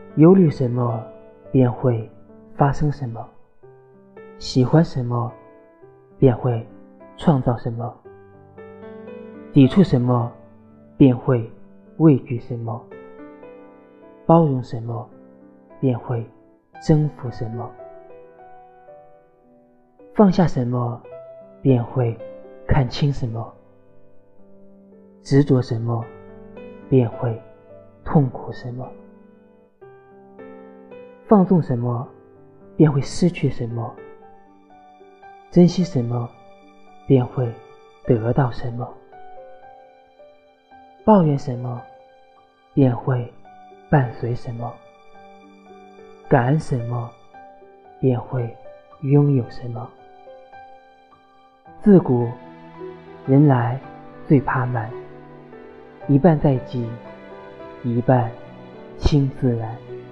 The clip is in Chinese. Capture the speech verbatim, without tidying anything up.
忧虑什么，便会发生什么；喜欢什么，便会创造什么；抵触什么，便会畏惧什么；包容什么，便会征服什么；放下什么，便会看清什么；执着什么，便会痛苦什么；放纵什么，便会失去什么；珍惜什么，便会得到什么；抱怨什么，便会伴随什么；感恩什么，便会拥有什么。自古人来最怕慢，一半在己，一半轻自然。